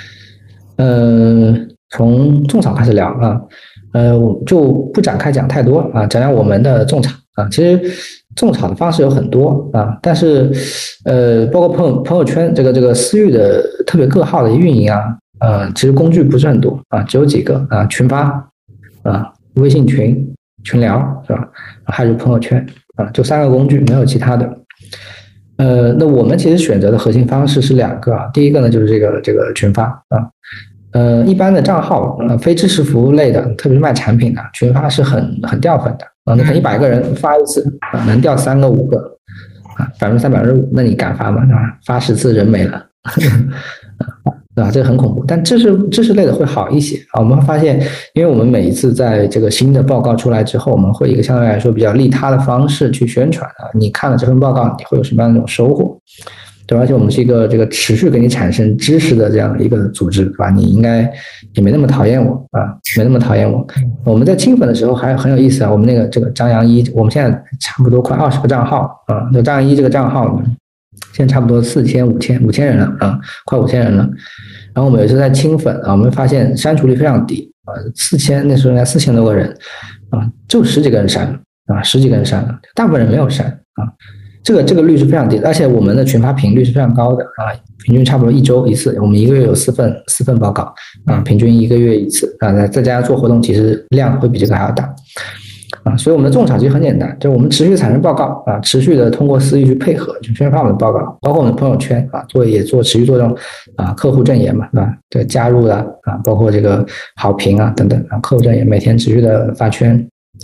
从种草开始聊我就不展开讲太多讲讲我们的种草其实种草的方式有很多但是包括朋友圈这个私域的特别个号的运营其实工具不是很多只有几个群发微信群聊是吧？还是朋友圈就3个工具，没有其他的。那我们其实选择的核心方式是2个第一个呢就是这个群发一般的账号非知识服务类的，特别是卖产品的群发是很掉粉的你看100个人发一次能掉3个5个3%-5%，那你敢发吗？发10次人没了对吧？这个很恐怖。但知识类的会好一些我们会发现，因为我们每一次在这个新的报告出来之后，我们会一个相对来说比较利他的方式去宣传你看了这份报告，你会有什么样的一种收获？对吧？而且我们是一个这个持续给你产生知识的这样的一个组织，对吧？你应该也没那么讨厌我没那么讨厌我。我们在清粉的时候还很有意思我们那个这个张扬一，我们现在差不多快20个账号那张扬一这个账号现在差不多5000人了快5000人了。然后我们有一次在清粉我们发现删除率非常低4000，那时候应该4000多个人就10几个人删了10几个人删了，大部分人没有删这个率是非常低的，而且我们的群发频率是非常高的啊，平均差不多1周1次，我们1个月有4份报告啊，平均1个月1次啊，再加上做活动，其实量会比这个还要大啊，所以我们的种草其实很简单，就我们持续产生报告啊，持续的通过私域去配合去宣发我们的报告，包括我们的朋友圈啊，持续做这种啊客户证言嘛，对吧？这个加入啊，包括这个好评啊等等啊，客户证言每天持续的发圈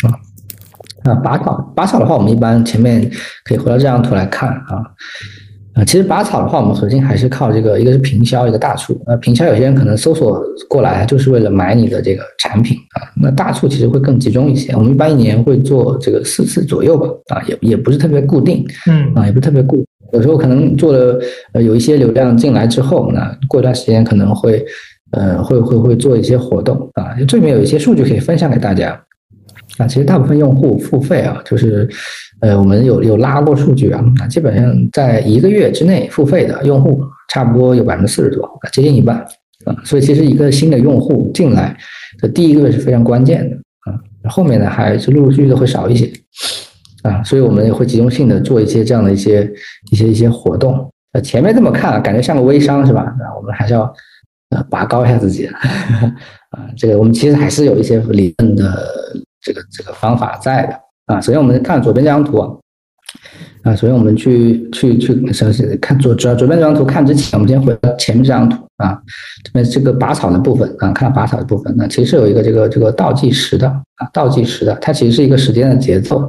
拔草的话，我们一般前面可以回到这张图来看其实拔草的话，我们核心还是靠这个，一个是平销，一个大促。平销有些人可能搜索过来就是为了买你的这个产品那大促其实会更集中一些。我们一般1年会做这个4次左右吧也不是特别固定，也不是特别固定。有时候可能做了有一些流量进来之后，那过一段时间可能会做一些活动这里面有一些数据可以分享给大家。其实大部分用户付费就是我们有拉过数据基本上在1个月之内付费的用户差不多有40%多，接近一半所以其实一个新的用户进来的第1个月是非常关键的后面呢还是陆陆续续的会少一些所以我们也会集中性的做一些这样的一些活动前面这么看感觉像个微商是吧？我们还是要拔高一下自己这个我们其实还是有一些理论的这个方法在的首先我们看左边这张图首先我们去看左边这张图看之前，我们先回到前面这张图这边这个拔草的部分看到拔草的部分那其实是有一个这个倒计时的它其实是一个时间的节奏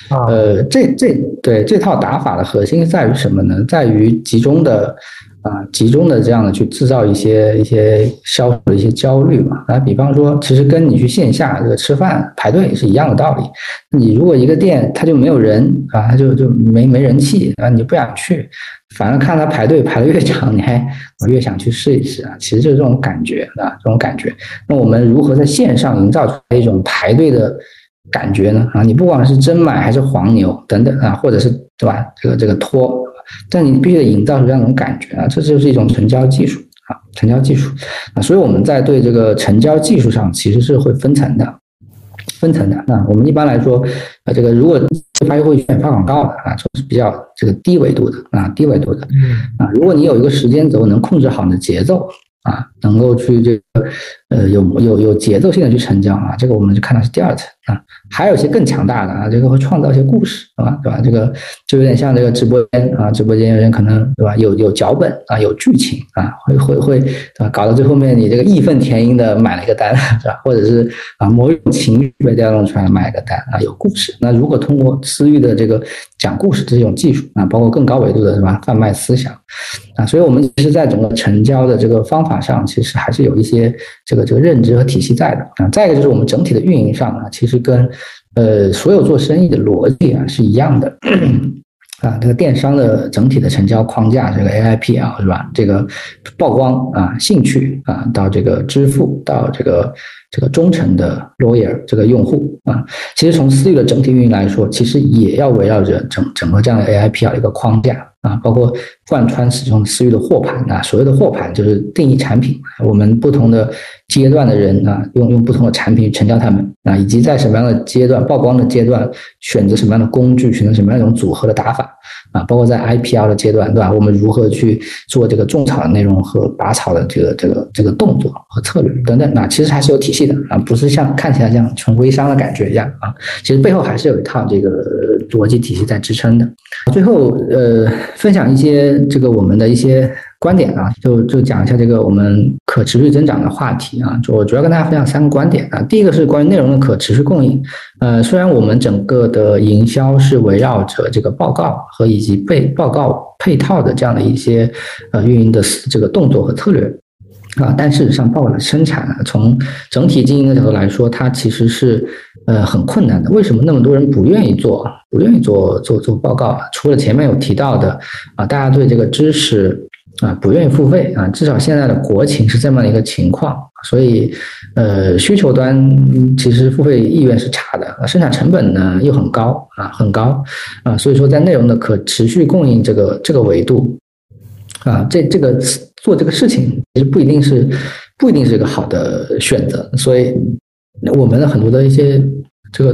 这套打法的核心在于什么呢？在于集中的这样的去制造一些销售的一些焦虑嘛比方说其实跟你去线下这个吃饭排队是一样的道理。你如果一个店它就没有人它就没人气你不想去，反而看它排队排得越长，你还越想去试一试其实就是这种感觉这种感觉。那我们如何在线上营造出来一种排队的感觉呢你不管是真买还是黄牛等等或者是对吧这个托，但你必须得营造出这样一种感觉这就是一种成交技术所以我们在对这个成交技术上其实是会分层的我们一般来说这个如果发优惠券发广告的就是比较这个低维度的如果你有一个时间轴能控制好你的节奏能够去这个有节奏性的去成交这个我们就看到是第2层还有一些更强大的这个会创造一些故事对吧？这个就有点像这个直播间直播间有人可能对吧有脚本有剧情会对吧？搞到最后面你这个义愤填膺的买了一个单是吧？或者是某种情绪被调动出来买了个单有故事。那如果通过私域的这个讲故事这种技术包括更高维度的是吧贩卖思想所以我们其实在整个成交的这个方法上其实还是有一些这个认知和体系在的再一个就是我们整体的运营上其实跟所有做生意的逻辑是一样的这个电商的整体的成交框架这个 AIP 是吧这个曝光兴趣到这个支付到这个忠诚的 loyal 这个用户其实从私域的整体运营来说其实也要围绕着整个这样的 AIP 一个框架包括贯穿始终私域的货盘所谓的货盘就是定义产品，我们不同的阶段的人用不同的产品去成交他们以及在什么样的阶段曝光的阶段选择什么样的工具，选择什么样一种组合的打法包括在 IPL 的阶段对吧？我们如何去做这个种草的内容和拔草的这个动作和策略等等其实还是有体系的不是像看起来这样纯微商的感觉一样其实背后还是有一套这个逻辑体系在支撑的。最后分享一些这个我们的一些观点就讲一下这个我们可持续增长的话题我主要跟大家分享3个观点第一个是关于内容的可持续供应虽然我们整个的营销是围绕着这个报告和以及被报告配套的这样的一些运营的这个动作和策略但事实上报告的生产从整体经营的角度来说它其实是很困难的。为什么那么多人不愿意做报告除了前面有提到的大家对这个知识不愿意付费至少现在的国情是这么一个情况，所以需求端其实付费意愿是差的生产成本呢又很高所以说在内容的可持续供应这个维度这个做这个事情其实不一定是一个好的选择。所以我们的很多的一些这个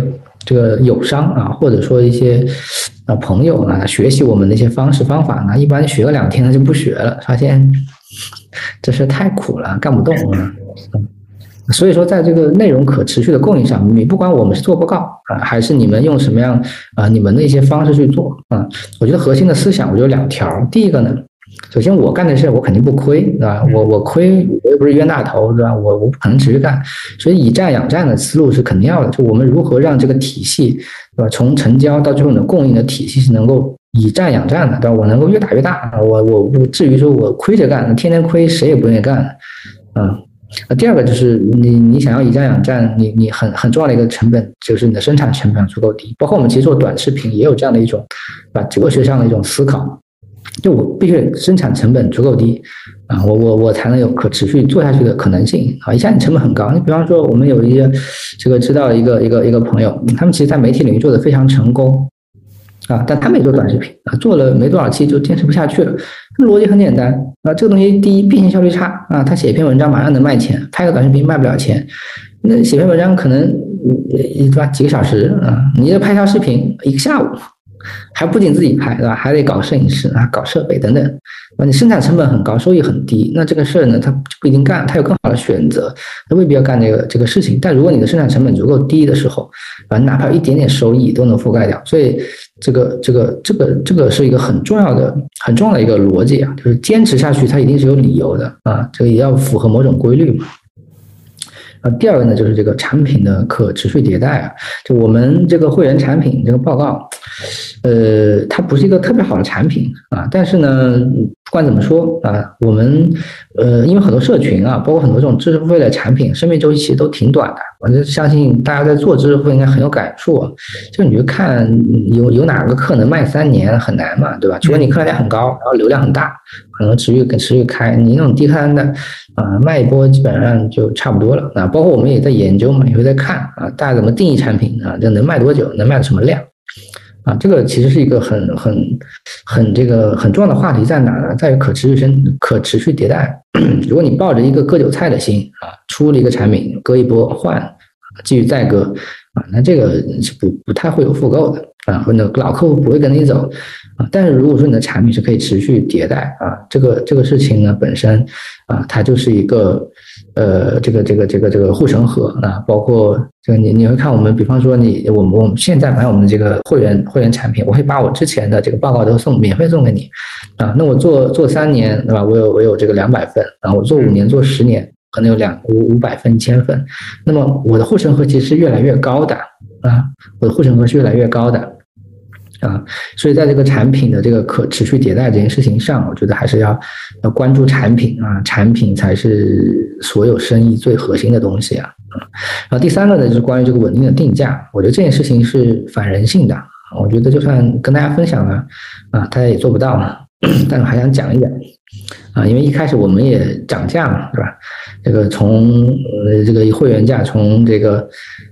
这个友商啊，或者说一些朋友啊，学习我们的一些方式方法呢，一般学个2天他就不学了，发现这是太苦了，干不动啊。所以说，在这个内容可持续的供应上，你不管我们是做报告啊，还是你们用什么样你们的一些方式去做啊，我觉得核心的思想我就有2条。第一个呢，首先我干的事我肯定不亏，对吧？我亏我又不是冤大头，对吧？我不可能持续干，所以以战养战的思路是肯定要的。就我们如何让这个体系，对吧？从成交到最后你的供应的体系是能够以战养战的，对吧？我能够越打越大，我不至于说我亏着干，天天亏谁也不愿意干，第二个就是你想要以战养战，你很重要的一个成本就是你的生产成本足够低。包括我们其实做短视频也有这样的一种哲学上的一种思考，就我必须生产成本足够低啊，我才能有可持续做下去的可能性啊。一下你成本很高，你比方说我们有一些这个知道的一个朋友，他们其实在媒体领域做得非常成功啊，但他们也做短视频啊，做了没多少期就坚持不下去了。逻辑很简单啊，这个东西第一变现效率差啊，他写一篇文章马上能卖钱，拍个短视频卖不了钱，那写篇文章可能对吧几个小时啊，你这拍条视频1个下午，还不仅自己拍对吧，还得搞摄影师啊，搞设备等等，你生产成本很高，收益很低，那这个事儿呢，他不一定干，他有更好的选择，他未必要干这个事情。但如果你的生产成本足够低的时候，哪怕有一点点收益都能覆盖掉。所以这个是一个很重要的一个逻辑啊，就是坚持下去，它一定是有理由的啊，这个也要符合某种规律嘛。第二个呢，就是这个产品的可持续迭代啊，就我们这个会员产品这个报告，它不是一个特别好的产品啊，但是呢，不管怎么说啊，我们因为很多社群啊，包括很多这种知识付费的产品，生命周期其实都挺短的。我就相信大家在做知识付费应该很有感触啊，就你就看有哪个课能卖3年，很难嘛，对吧？除非你课单价很高，然后流量很大，可能持续开。你那种低客单的卖一波基本上就差不多了啊。包括我们也在研究嘛，也会在看啊，大家怎么定义产品啊，这能卖多久，能卖什么量啊？这个其实是一个很重要的话题在哪呢？在于可持续迭代。如果你抱着一个割韭菜的心啊，出了一个产品割一波换，继续再割啊，那这个是不太会有复购的啊，或者老客户不会跟你走啊。但是如果说你的产品是可以持续迭代啊，这个事情呢本身啊，它就是一个这个护城河啊，包括这个你会看我们，比方说我们现在买我们这个会员产品，我会把我之前的这个报告都免费送给你啊。那我做3年对吧？我有这个200份啊，我做5年做10年，可能有500份1000份。那么我的护城河其实是越来越高的啊，我的护城河是越来越高的。所以在这个产品的这个可持续迭代这件事情上，我觉得还是要关注产品啊，产品才是所有生意最核心的东西啊。然后第3个呢，就是关于这个稳定的定价，我觉得这件事情是反人性的。我觉得就算跟大家分享了啊，大家也做不到嘛。但是还想讲一讲啊，因为一开始我们也涨价嘛，对吧？这个从这个会员价从这个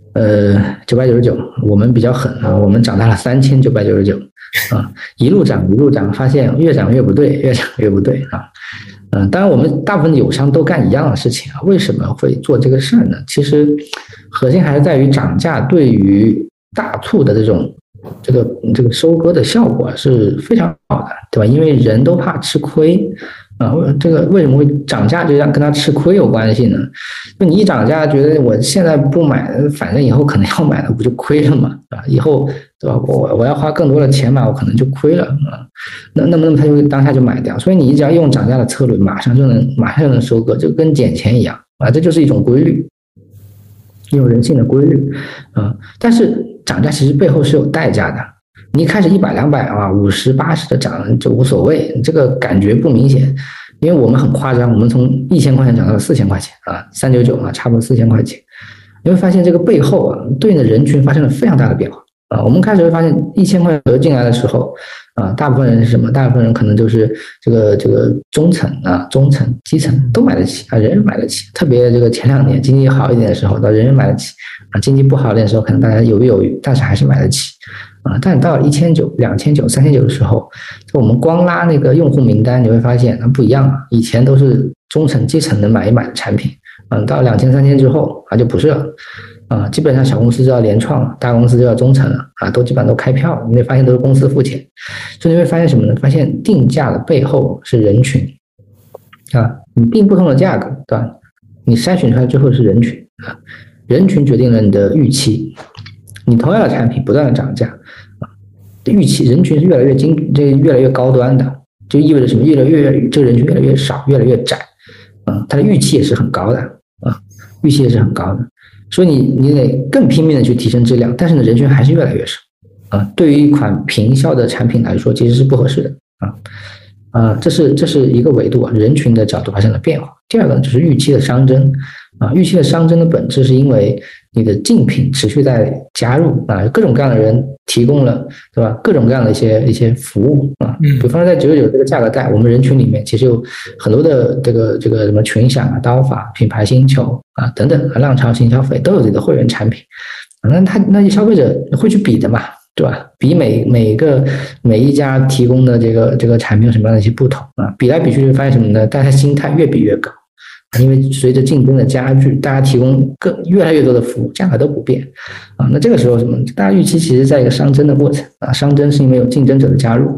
999，我们比较狠啊，我们涨到了3999啊，一路涨，发现越涨越不对啊。当然我们大部分的友商都干一样的事情啊，为什么会做这个事儿呢？其实核心还是在于涨价对于大促的这个收割的效果是非常好的，对吧？因为人都怕吃亏啊，这个为什么会涨价就跟他吃亏有关系呢？就你一涨价，觉得我现在不买，反正以后可能要买了，不就亏了嘛？啊，以后对吧？我要花更多的钱买，我可能就亏了啊。那么他就当下就买掉。所以你只要用涨价的策略，马上就能收割，就跟捡钱一样啊，这就是一种规律，一种人性的规律啊。但是涨价其实背后是有代价的。你一开始100、200啊，50、80的涨就无所谓，这个感觉不明显，因为我们很夸张，我们从1000块钱涨到了4000块钱啊，399啊，差不多4000块钱。你会发现这个背后啊，对应的人群发生了非常大的变化啊。我们开始会发现1000块钱进来的时候啊，大部分人是什么？大部分人可能就是这个中层啊、中层、基层都买得起啊，人人买得起。特别这个前2年经济好一点的时候，到人人买得起啊，经济不好一点的时候，可能大家犹豫，但是还是买得起。啊，但到了1900、2900、3900的时候，就我们光拉那个用户名单，你会发现那不一样了。以前都是中层、基层能买一买的产品，到了2000、3000之后，就不是了。 基本上小公司就要联创了，大公司就要中层了都基本上都开票了，你会发现都是公司付钱，所以你会发现什么呢？发现定价的背后是人群你定不同的价格，对吧？你筛选出来最后是人群人群决定了你的预期，你同样的产品不断的涨价预期人群是越来越高端的，就意味着什么？这个人群越来越少，越来越窄它的预期也是很高的预期也是很高的，所以你得更拼命的去提升质量，但是呢人群还是越来越少对于一款平效的产品来说其实是不合适的这是一个维度人群的角度发生了变化。第二个呢就是预期的熵增预期的熵增的本质是因为你的竞品持续在加入各种各样的人提供了，对吧？各种各样的一些服务比方说在999这个价格带，我们人群里面其实有很多的这个什么群享刀法、品牌星球等等浪潮新消费都有自己的会员产品那些消费者会去比的嘛，对吧？比每一家提供的这个产品有什么样的一些不同比来比去就发现什么呢？大家心态越比越高因为随着竞争的加剧，大家提供越来越多的服务，价格都不变那这个时候什么？大家预期其实在一个熵增的过程熵增是因为有竞争者的加入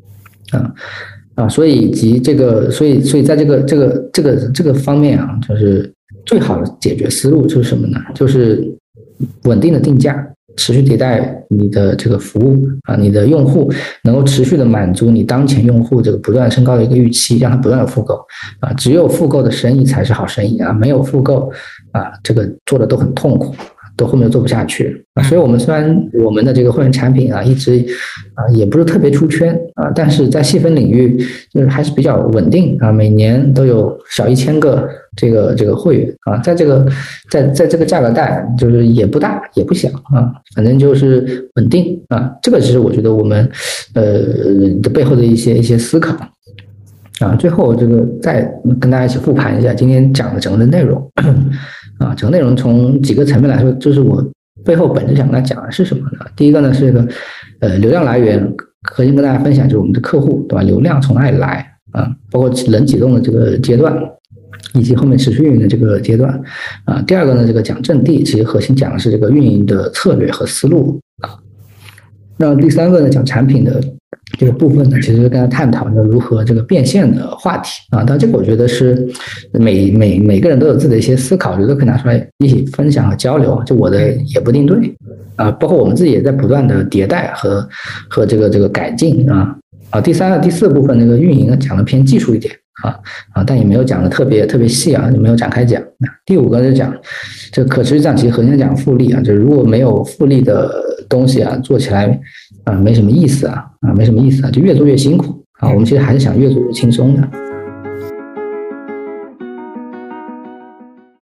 所以在这个方面就是最好的解决思路就是什么呢？就是稳定的定价，持续迭代你的这个服务你的用户能够持续的满足你当前用户这个不断升高的一个预期，让它不断的复购只有复购的生意才是好生意没有复购这个做的都很痛苦，都后面做不下去所以我们虽然我们的这个会员产品一直也不是特别出圈但是在细分领域就是还是比较稳定每年都有小1000个这个会员在这个价格带就是也不大也不小反正就是稳定这个是我觉得我们的背后的一些思考最后这个再跟大家一起复盘一下今天讲的整个的内容整个内容从几个层面来说，就是我背后本质想跟大家讲的是什么呢？第一个呢是个流量来源，核心跟大家分享就是我们的客户，对吧？流量从哪里来包括冷启动的这个阶段，以及后面持续运营的这个阶段第二个呢，这个讲阵地，其实核心讲的是这个运营的策略和思路那第三个呢，讲产品的这个部分呢，其实跟大家探讨如何这个变现的话题但这个我觉得是每个人都有自己的一些思考，我觉得可以拿出来一起分享和交流，就我的也不一定对包括我们自己也在不断的迭代和这个改进第四部分那个运营讲的偏技术一点但也没有讲的特别细也没有展开讲。第五个就讲这个可持续上其实核心讲复利就是如果没有复利的东西做起来没什么意思没什么意思就越做越辛苦我们其实还是想越做越轻松的。